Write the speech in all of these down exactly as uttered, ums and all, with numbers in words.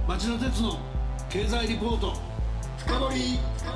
町田鉄の経済リポート深掘り。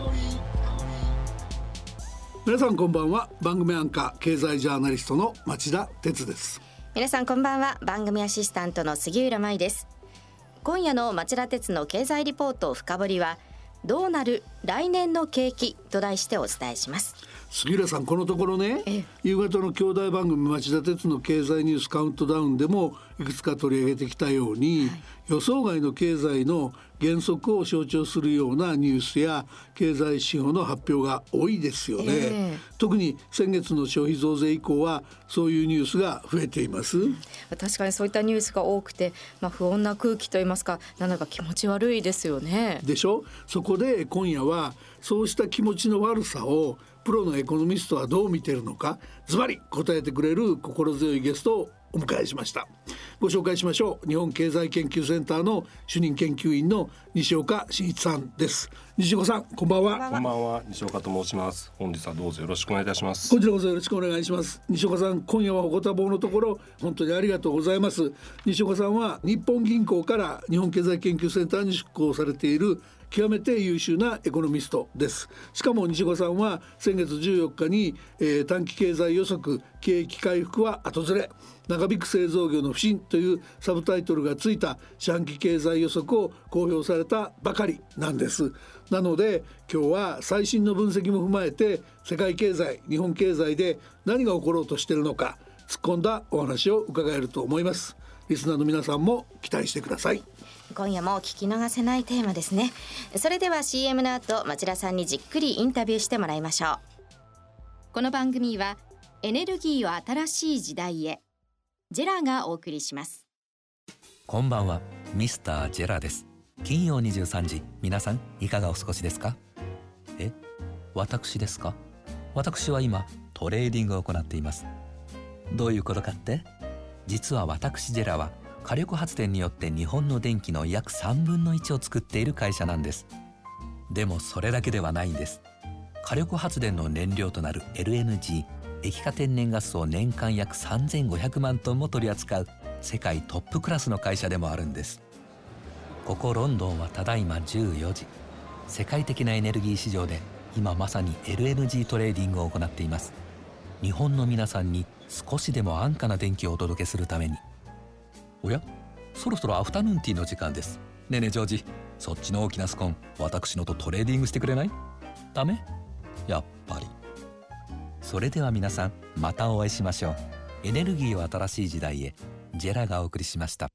皆さんこんばんは。番組アンカー経済ジャーナリストの町田鉄です。 皆さんこんばんは。番組アシスタントの杉浦舞です。今夜の町田鉄の経済リポート深掘りは、どうなる来年の景気と題してお伝えします。 杉浦さん、このところね、 ええ、 夕方の兄弟番組町田鉄の経済ニュースカウントダウンでもいくつか取り上げてきたように、はい、予想外の経済の減速を象徴するようなニュースや経済指標の発表が多いですよね、えー、特に先月の消費増税以降はそういうニュースが増えています。 確かにそういったニュースが多くて、まあ、不穏な空気といいますか、なんだか気持ち悪いですよね。 でしょ。そこで今夜はそうした気持ちの悪さをプロのエコノミストはどう見ているのか、ズバリ答えてくれる心強いゲストをお迎えしました。ご紹介しましょう。日本経済研究センターの主任研究員の西岡真一さんです。西岡さん、こんばんは。 こんばんは。西岡と申します。本日はどうぞよろしくお願いいたします。 こちらこそよろしくお願いします。西岡さん、今夜はご多忙のところ本当にありがとうございます。西岡さんは日本銀行から日本経済研究センターに出向されている極めて優秀なエコノミストです。しかも西岡さんは先月じゅうよっかに、えー、短期経済予測、景気回復は後ずれ、長引く製造業の不振というサブタイトルがついた四半期経済予測を公表されたばかりなんです。なので今日は最新の分析も踏まえて、世界経済、日本経済で何が起ころうとしているのか突っ込んだお話を伺えると思います。リスナーの皆さんも期待してください。 今夜も聞き逃せないテーマですね。それでは シーエム の後、町田さんにじっくりインタビューしてもらいましょう。この番組はエネルギーを新しい時代へ、ジェラがお送りします。 こんばんは、ミスタージェラです。金曜にじゅうさんじ、皆さんいかがお過ごしですか？え、私ですか？私は今トレーディングを行っています。どういうことかって、実は私ジェラは火力発電によって日本の電気の約さんぶんのいちを作っている会社なんです。でもそれだけではないんです。火力発電の燃料となる エルエヌジー、 液化天然ガスを年間約さんぜんごひゃくまんトンも取り扱う世界トップクラスの会社でもあるんです。ここロンドンはただいまじゅうよじ、世界的なエネルギー市場で今まさに エルエヌジー トレーディングを行っています。日本の皆さんに少しでも安価な電気をお届けするために。おや、そろそろアフタヌーンティーの時間です。ねえねえジョージ、そっちの大きなスコーン、私のとトレーディングしてくれない？ダメ？やっぱり。それでは皆さん、またお会いしましょう。エネルギーを新しい時代へ、ジェラがお送りしました。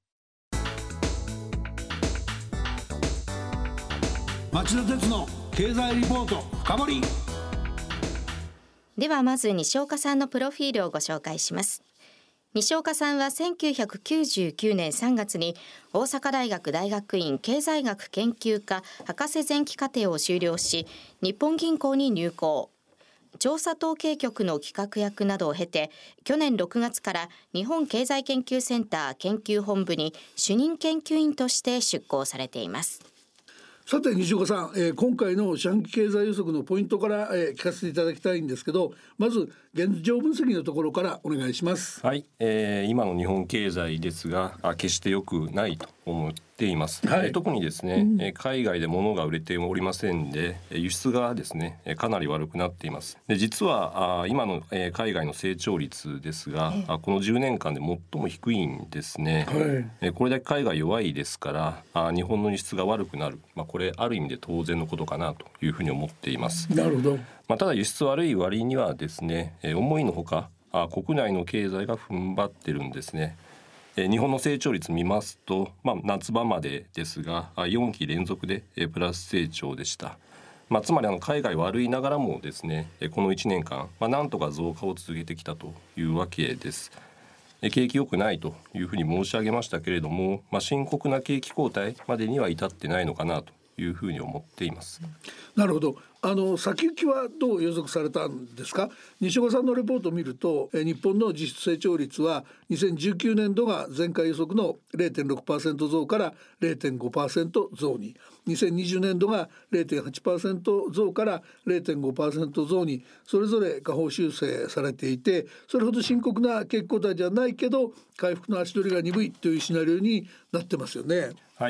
町田鉄の経済リポート深掘り。 ではまず西岡さんのプロフィールをご紹介します。西岡さんはせんきゅうひゃくきゅうじゅうきゅうねんさんがつに大阪大学大学院経済学研究科博士前期課程を修了し、日本銀行に入行、調査統計局の企画役などを経て、去年ろくがつから日本経済研究センター研究本部に主任研究員として出向されています。 さて西岡さん、えー、今回の四半期経済予測のポイントから、えー、聞かせていただきたいんですけど、まず現状分析のところからお願いします。 はい、えー、今の日本経済ですが、あ決して良くないと思っています、はい、えー、特にですね、うん、海外で物が売れておりませんで、輸出がですねかなり悪くなっています。で実はあ今の、えー、海外の成長率ですが、えー、あこのじゅうねんかんで最も低いんですね、はい、えー、これだけ海外弱いですから、あ日本の輸出が悪くなる、まあ、これある意味で当然のことかなというふうに思っています。 なるほど。 まあ、ただ輸出悪い割にはですね、えー、思いのほかあ国内の経済が踏ん張ってるんですね。えー、日本の成長率見ますと、まあ、夏場までですがよんき連続で、えー、プラス成長でした。まあ、つまりあの海外悪いながらもですね、このいちねんかん、まあ、なんとか増加を続けてきたというわけです。景気良くないというふうに申し上げましたけれども、まあ、深刻な景気後退までには至ってないのかなというふうに思っています。 なるほど。あの先行きはどう予測されたんですか？西岡さんのレポートを見ると、え日本の実質成長率はにせんじゅうきゅうねんどが前回予測の れいてんろくパーセント 増から れいてんごパーセント 増に、にせんにじゅうねんどが れいてんはちパーセント 増から れいてんごパーセント 増にそれぞれ下方修正されていて、それほど深刻な景気後退じゃないけど回復の足取りが鈍いというシナリオになってますよね。 はい、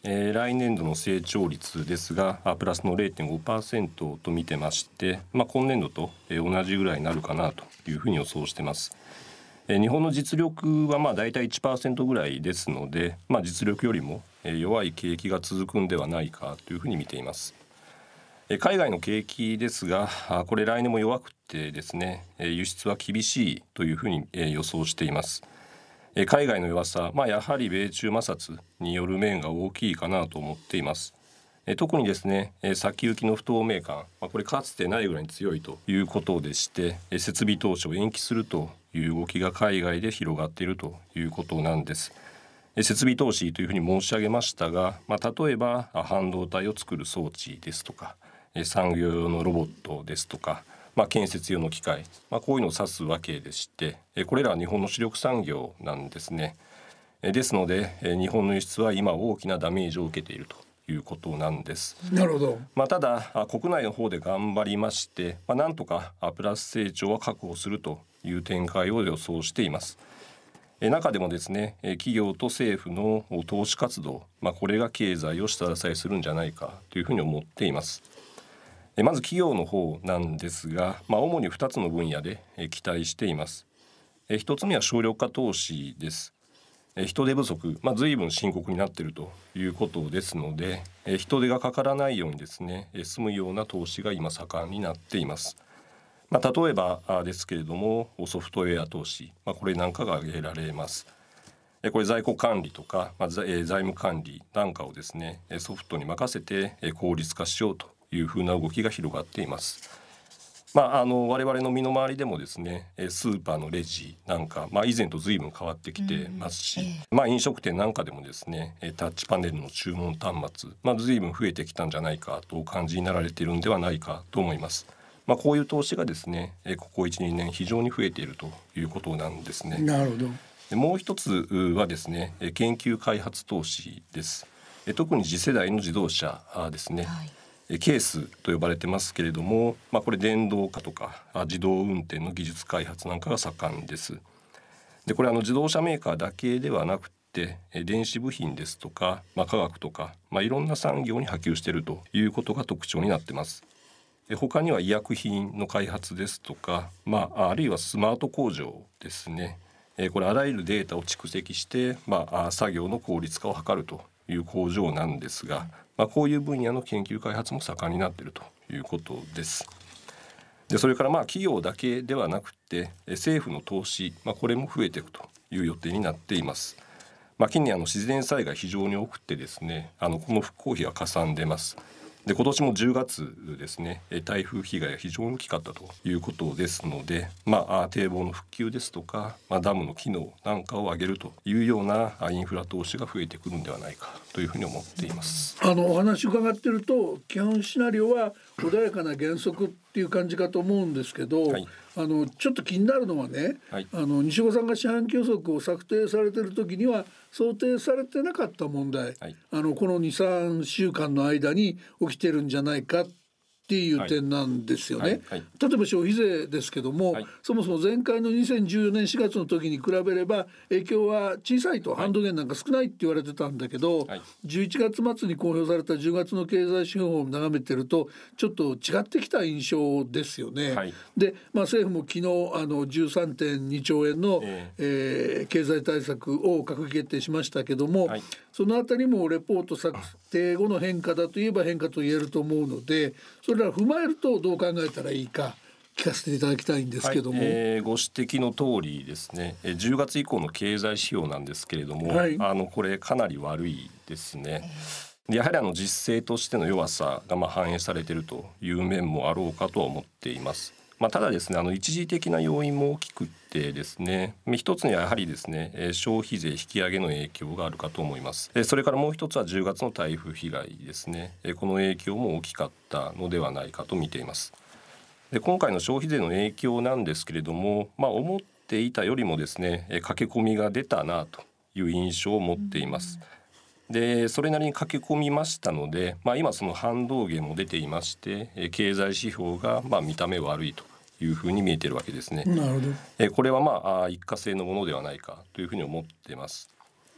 えー、来年度の成長率ですがプラスの ゼロてんごパーセント と見てまして、まあ、今年度と同じぐらいになるかなというふうに予想してます。えー、日本の実力はまあだいたい いちパーセント ぐらいですので、まあ、実力よりも弱い景気が続くんではないかというふうに見ています。海外の景気ですがこれ来年も弱くてですね輸出は厳しいというふうに予想しています。海外の弱さ、まあ、やはり米中摩擦による面が大きいかなと思っています。特にですね先行きの不透明感、まあ、これかつてないぐらいに強いということでして設備投資を延期するという動きが海外で広がっているということなんです。設備投資というふうに申し上げましたが、まあ、例えば半導体を作る装置ですとか産業用のロボットですとか、まあ、建設用の機械、まあ、こういうのを指すわけでしてこれらは日本の主力産業なんですね。ですので日本の輸出は今大きなダメージを受けているということなんです。 なるほど。 まあ、ただ国内の方で頑張りまして、まあ、なんとかプラス成長は確保するという展開を予想しています。中でもですね企業と政府の投資活動、まあ、これが経済を下支えするんじゃないかというふうに思っています。まず企業の方なんですが、まあ、主にふたつの分野で期待しています。ひとつめは省力化投資です。人手不足、まあ、随分深刻になっているということですので人手がかからないようにですね済むような投資が今盛んになっています。まあ、例えばですけれどもソフトウェア投資、まあ、これなんかが挙げられます。これ在庫管理とか、まあ、財務管理なんかをですねソフトに任せて効率化しようというふうな動きが広がっています。まあ、あの我々の身の回りでもですねスーパーのレジなんか、まあ、以前と随分変わってきてますし、うんええまあ、飲食店なんかでもですねタッチパネルの注文端末、まあ、随分増えてきたんじゃないかとお感じになられているんではないかと思います。まあ、こういう投資がですねここ いち,に 年非常に増えているということなんですね。 なるほど。 もう一つはですね研究開発投資です。特に次世代の自動車ですね、はいケースと呼ばれてますけれども、まあ、これ電動化とか自動運転の技術開発なんかが盛んです。でこれあの自動車メーカーだけではなくて電子部品ですとか、まあ、科学とか、まあ、いろんな産業に波及しているということが特徴になってます。他には医薬品の開発ですとか、まあ、あるいはスマート工場ですね。これあらゆるデータを蓄積して、まあ、作業の効率化を図るという工場なんですが、まあ、こういう分野の研究開発も盛んになっているということです。でそれからまあ企業だけではなくて政府の投資、まあ、これも増えていくという予定になっています。まあ、近年あの自然災害非常に多くてですねあのこの復興費がかさんでます。で今年もじゅうがつですね台風被害が非常に大きかったということですので、まあ、堤防の復旧ですとか、まあ、ダムの機能なんかを上げるというようなインフラ投資が増えてくるんではないかというふうに思っています。 あのお話伺ってると基本シナリオは穏やかな原則っていう感じかと思うんですけど、はい、あのちょっと気になるのはね、はい、あの西岡さんが四半期予測を策定されている時には想定されてなかった問題、はい、あのこの にさんしゅうかんの間に起きてるんじゃないかっていう点なんですよね、はいはいはい、例えば消費税ですけども、はい、そもそも前回のにせんじゅうよねんしがつの時に比べれば影響は小さいと、はい、ハンドゲンなんか少ないって言われてたんだけど、はい、じゅういちがつ末に公表されたじゅうがつの経済指標を眺めてるとちょっと違ってきた印象ですよね、はい、で、まあ、政府も昨日あの じゅうさんてんにちょうえんの、えーえー、経済対策を閣議決定しましたけども、はい、そのあたりもレポート策定後の変化だといえば変化と言えると思うのでそれらを踏まえるとどう考えたらいいか聞かせていただきたいんですけども、はいえー、ご指摘の通りですねじゅうがつ以降の経済指標なんですけれども、はい、あのこれかなり悪いですね。やはりあの実勢としての弱さがまあ反映されているという面もあろうかとは思っています。まあ、ただですねあの一時的な要因も大きくってですね一つにはやはりですね消費税引き上げの影響があるかと思います。それからもう一つはじゅうがつの台風被害ですねこの影響も大きかったのではないかと見ています。で今回の消費税の影響なんですけれども、まあ、思っていたよりもですね駆け込みが出たなという印象を持っています。でそれなりに駆け込みましたので、まあ、今その反動減も出ていまして経済指標がまあ見た目悪いというふうに見えているわけですね。 なるほど。 これはまあ一過性のものではないかというふうに思っています。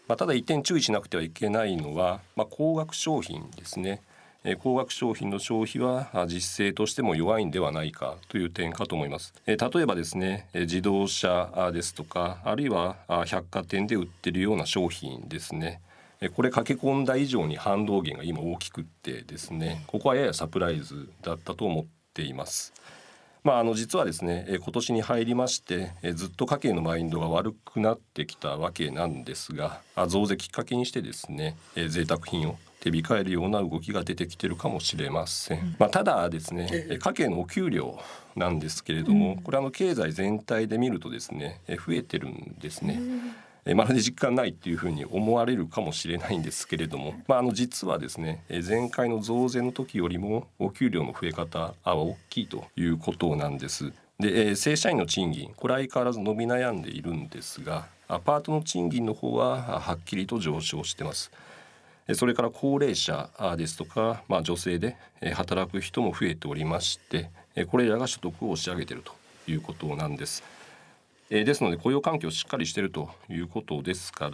まあ、ただ一点注意しなくてはいけないのは、まあ、高額商品ですね。高額商品の消費は実勢としても弱いんではないかという点かと思います。例えばですね、自動車ですとか、あるいは百貨店で売っているような商品ですね、これ駆け込んだ以上に反動減が今大きくってですね、ここはややサプライズだったと思っています。まあ、あの実はですね、今年に入りましてずっと家計のマインドが悪くなってきたわけなんですが、増税きっかけにしてですね、贅沢品を手控えるような動きが出てきているかもしれません、うんまあ、ただですね、家計のお給料なんですけれども、これあの経済全体で見るとですね、増えてるんですね。まるで実感ないっていうふうに思われるかもしれないんですけれども、まあ、あの実はですね、前回の増税の時よりもお給料の増え方は大きいということなんです。で、正社員の賃金、これは相変わらず伸び悩んでいるんですが、パートの賃金の方ははっきりと上昇してます。それから高齢者ですとか、まあ、女性で働く人も増えておりまして、これらが所得を押し上げているということなんです。ですので雇用環境しっかりしているということですから、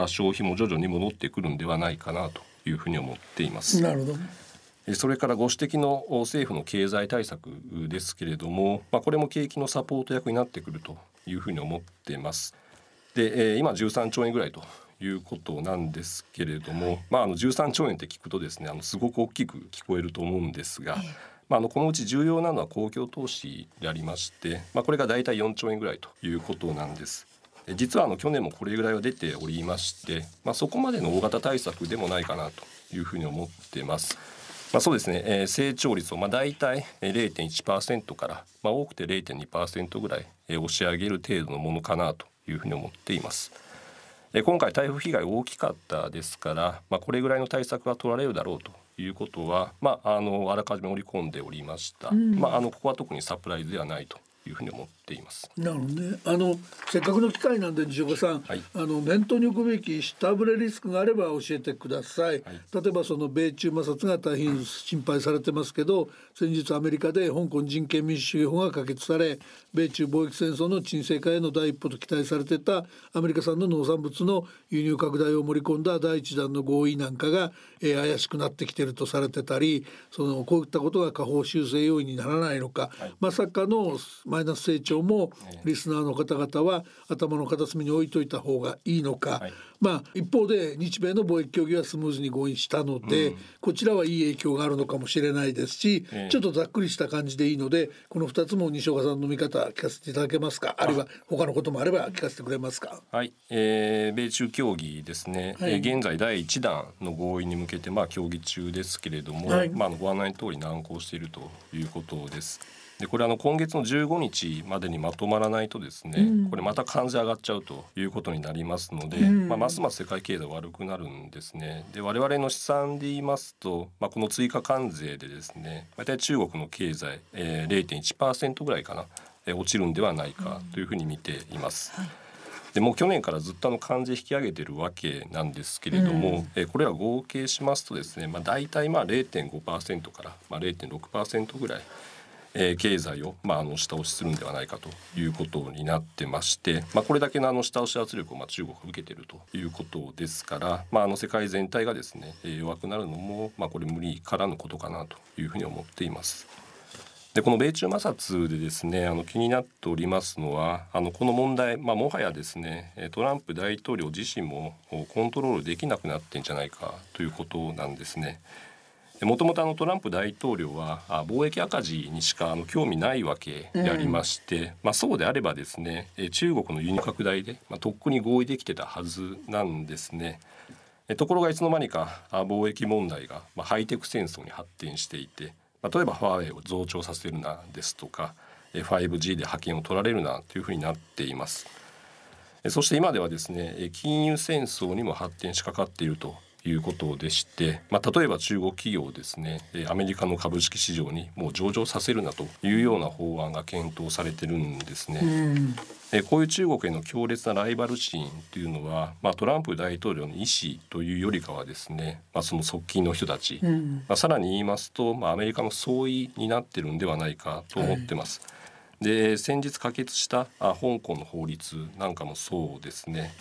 消費も徐々に戻ってくるんではないかなというふうに思っています。 なるほど。 それからご指摘の政府の経済対策ですけれども、まあ、これも景気のサポート役になってくるというふうに思っています。で、今じゅうさんちょうえんぐらいということなんですけれども、まあ、あのじゅうさんちょうえんって聞くとですね、あのすごく大きく聞こえると思うんですが、まあ、あのこのうち重要なのは公共投資でありまして、まあ、これがだいたいよんちょうえんぐらいということなんです。実はあの去年もこれぐらいは出ておりまして、まあ、そこまでの大型対策でもないかなというふうに思っています。まあ、そうですね、えー、成長率をまあだいたい れいてんいちパーセント から、まあ、多くて れいてんにパーセント ぐらい、えー、押し上げる程度のものかなというふうに思っています。今回台風被害大きかったですから、まあ、これぐらいの対策が取られるだろうということは、まあ、あのあらかじめ織り込んでおりました、うんまあ、あのここは特にサプライズではないというふうに思っています。 なるほどね。あのせっかくの機会なんで西岡さん、はい、あの念頭に置くべき下振れリスクがあれば教えてください、はい、例えばその米中摩擦が大変心配されてますけど、先日アメリカで香港人権民主主義法が可決され、米中貿易戦争の沈静化への第一歩と期待されてたアメリカ産の農産物の輸入拡大を盛り込んだ第一弾の合意なんかが、えー、怪しくなってきてるとされてたり、そのこういったことが下方修正要因にならないのか、はい、まさかのマイナス成長もリスナーの方々は頭の片隅に置いといた方がいいのか、はい、まあ一方で日米の貿易協議はスムーズに合意したので、うん、こちらはいい影響があるのかもしれないですし、えー、ちょっとざっくりした感じでいいので、このふたつも西岡さんの見方聞かせていただけますか、あるいは他のこともあれば聞かせてくれますか。 はい、えー、米中協議ですね、はい、えー、現在だいいちだんの合意に向けてまあ協議中ですけれども、はい、まあ、ご案内の通り難航しているということです。でこれあの今月のじゅうごにちまでにまとまらないとですね、うん、これまた関税上がっちゃうということになりますので、うん、まあ、ますます世界経済悪くなるんですね。で我々の試算で言いますと、まあ、この追加関税でですね、大体中国の経済、えー、れいてんいちパーセント ぐらいかな、えー、落ちるんではないかというふうに見ています、うん、はい。でもう去年からずっとあの関税引き上げてるわけなんですけれども、うん、えこれら合計しますとですね、まあ、大体まあ れいてんごパーセント からまあ れいてんろくパーセント ぐらい、えー、経済をまああの下押しするんではないかということになってまして、まあ、これだけのあの下押し圧力をまあ中国が受けているということですから、まあ、あの世界全体がですね弱くなるのもまあこれ無理からぬことかなというふうに思っています。でこの米中摩擦でですね、あの気になっておりますのは、あのこの問題、まあ、もはやですねトランプ大統領自身もコントロールできなくなってんじゃないかということなんですね。もともとトランプ大統領は貿易赤字にしかあの興味ないわけでありまして、うん、まあ、そうであればですね中国の輸入拡大で、まあ、とっくに合意できてたはずなんですね。ところがいつの間にか貿易問題が、まあ、ハイテク戦争に発展していて、例えばファーウェイを増長させるなですとか ファイブジー で覇権を取られるなというふうになっています。そして今ではですね金融戦争にも発展しかかっているということでして、まあ、例えば中国企業をですねアメリカの株式市場にもう上場させるなというような法案が検討されてるんですね。うんこういう中国への強烈なライバル心というのは、まあ、トランプ大統領の意思というよりかはですね、まあ、その側近の人たち、うんまあ、さらに言いますと、まあ、アメリカの総意になってるんではないかと思ってます、はい。で先日可決したあ香港の法律なんかもそうですね。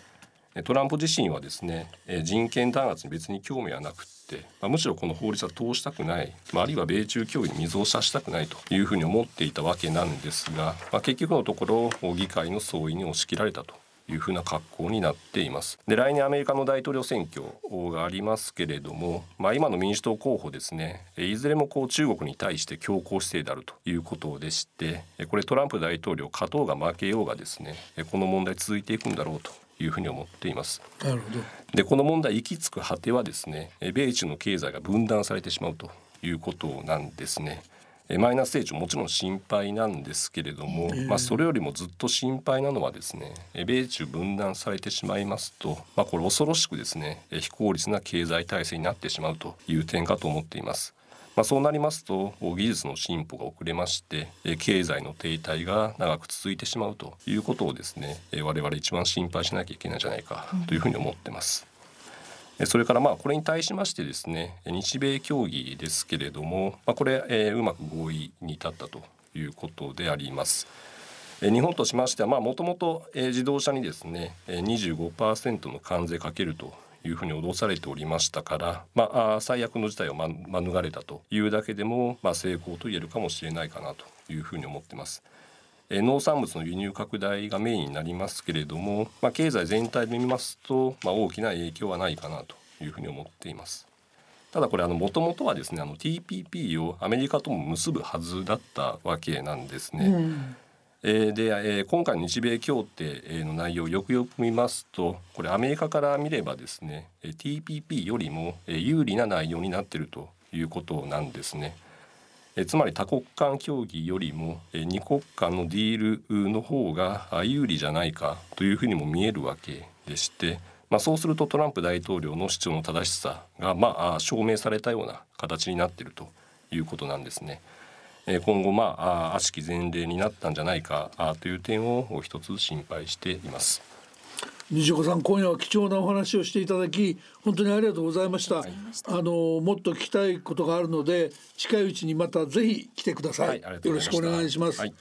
トランプ自身はですね人権弾圧に別に興味はなくて、まあ、むしろこの法律は通したくない、まあ、あるいは米中協議に水を差したくないというふうに思っていたわけなんですが、まあ、結局のところ議会の総意に押し切られたというふうな格好になっています。で、来年アメリカの大統領選挙がありますけれども、まあ、今の民主党候補ですねいずれもこう中国に対して強硬姿勢であるということでして、これトランプ大統領勝とうが負けようがですねこの問題続いていくんだろうというふうに思っています。 なるほど。 で、この問題行き着く果てはですね米中の経済が分断されてしまうということなんですね。マイナス成長もちろん心配なんですけれども、まあ、それよりもずっと心配なのはですね米中分断されてしまいますと、まあ、これ恐ろしくですね非効率な経済体制になってしまうという点かと思っています。まあ、そうなりますと技術の進歩が遅れまして経済の停滞が長く続いてしまうということをですね我々一番心配しなきゃいけないんじゃないかというふうに思っています。それからまあこれに対しましてですね日米協議ですけれども、まあ、これ、えー、うまく合意に至ったということであります。日本としましてはもともと自動車にですね にじゅうごパーセント の関税かけるというふうに脅されておりましたから、まあ、最悪の事態を免れたというだけでも、まあ、成功と言えるかもしれないかなというふうに思っています。農産物の輸入拡大がメインになりますけれども、まあ、経済全体で見ますと、まあ、大きな影響はないかなというふうに思っています。ただこれもともとはですねあの ティーピーピー をアメリカとも結ぶはずだったわけなんですね。うんえー、で、えー、今回の日米協定の内容をよくよく見ますとこれアメリカから見ればですね ティーピーピー よりも有利な内容になっているということなんですね。えつまり多国間協議よりもえ二国間のディールの方が有利じゃないかというふうにも見えるわけでして、まあ、そうするとトランプ大統領の主張の正しさがまあ証明されたような形になっているということなんですね。え今後まあ悪しき前例になったんじゃないかという点を一つ心配しています。 西岡さん、今夜は貴重なお話をしていただき本当にありがとうございました。はい、あのもっと聞きたいことがあるので近いうちにまたぜひ来てください。はい、よろしくお願いします。はい、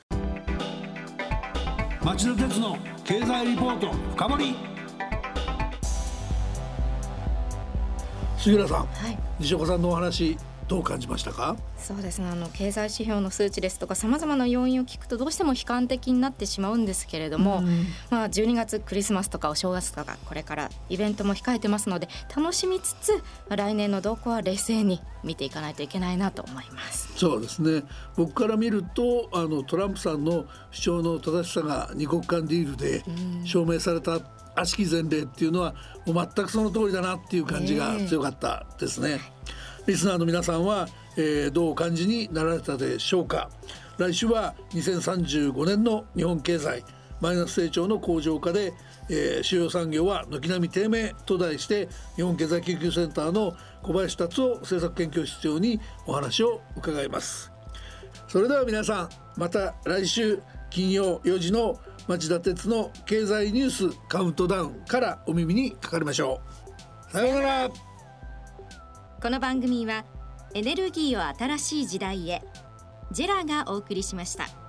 町田鉄の経済リポート深掘り。杉浦さん、はい、西岡さんのお話どう感じましたか？ そうですね、あの経済指標の数値ですとかさまざまな要因を聞くとどうしても悲観的になってしまうんですけれども、うんまあ、じゅうにがつクリスマスとかお正月とかこれからイベントも控えてますので楽しみつつ、まあ、来年の動向は冷静に見ていかないといけないなと思います。 そうですね、僕から見るとあのトランプさんの主張の正しさが二国間ディールで証明された悪しき前例っていうのはもう全くその通りだなっていう感じが強かったですね。リスナーの皆さんは、えー、どうお感じになられたでしょうか。来週はにせんさんじゅうごねんの日本経済マイナス成長の向上化で、えー、主要産業は軒並み低迷と題して日本経済研究センターの小林達夫政策研究室長にお話を伺います。それでは皆さんまた来週金曜よじの町田鉄の経済ニュースカウントダウンからお耳にかかりましょう。さようなら。 この番組はエネルギーを新しい時代へジェラがお送りしました。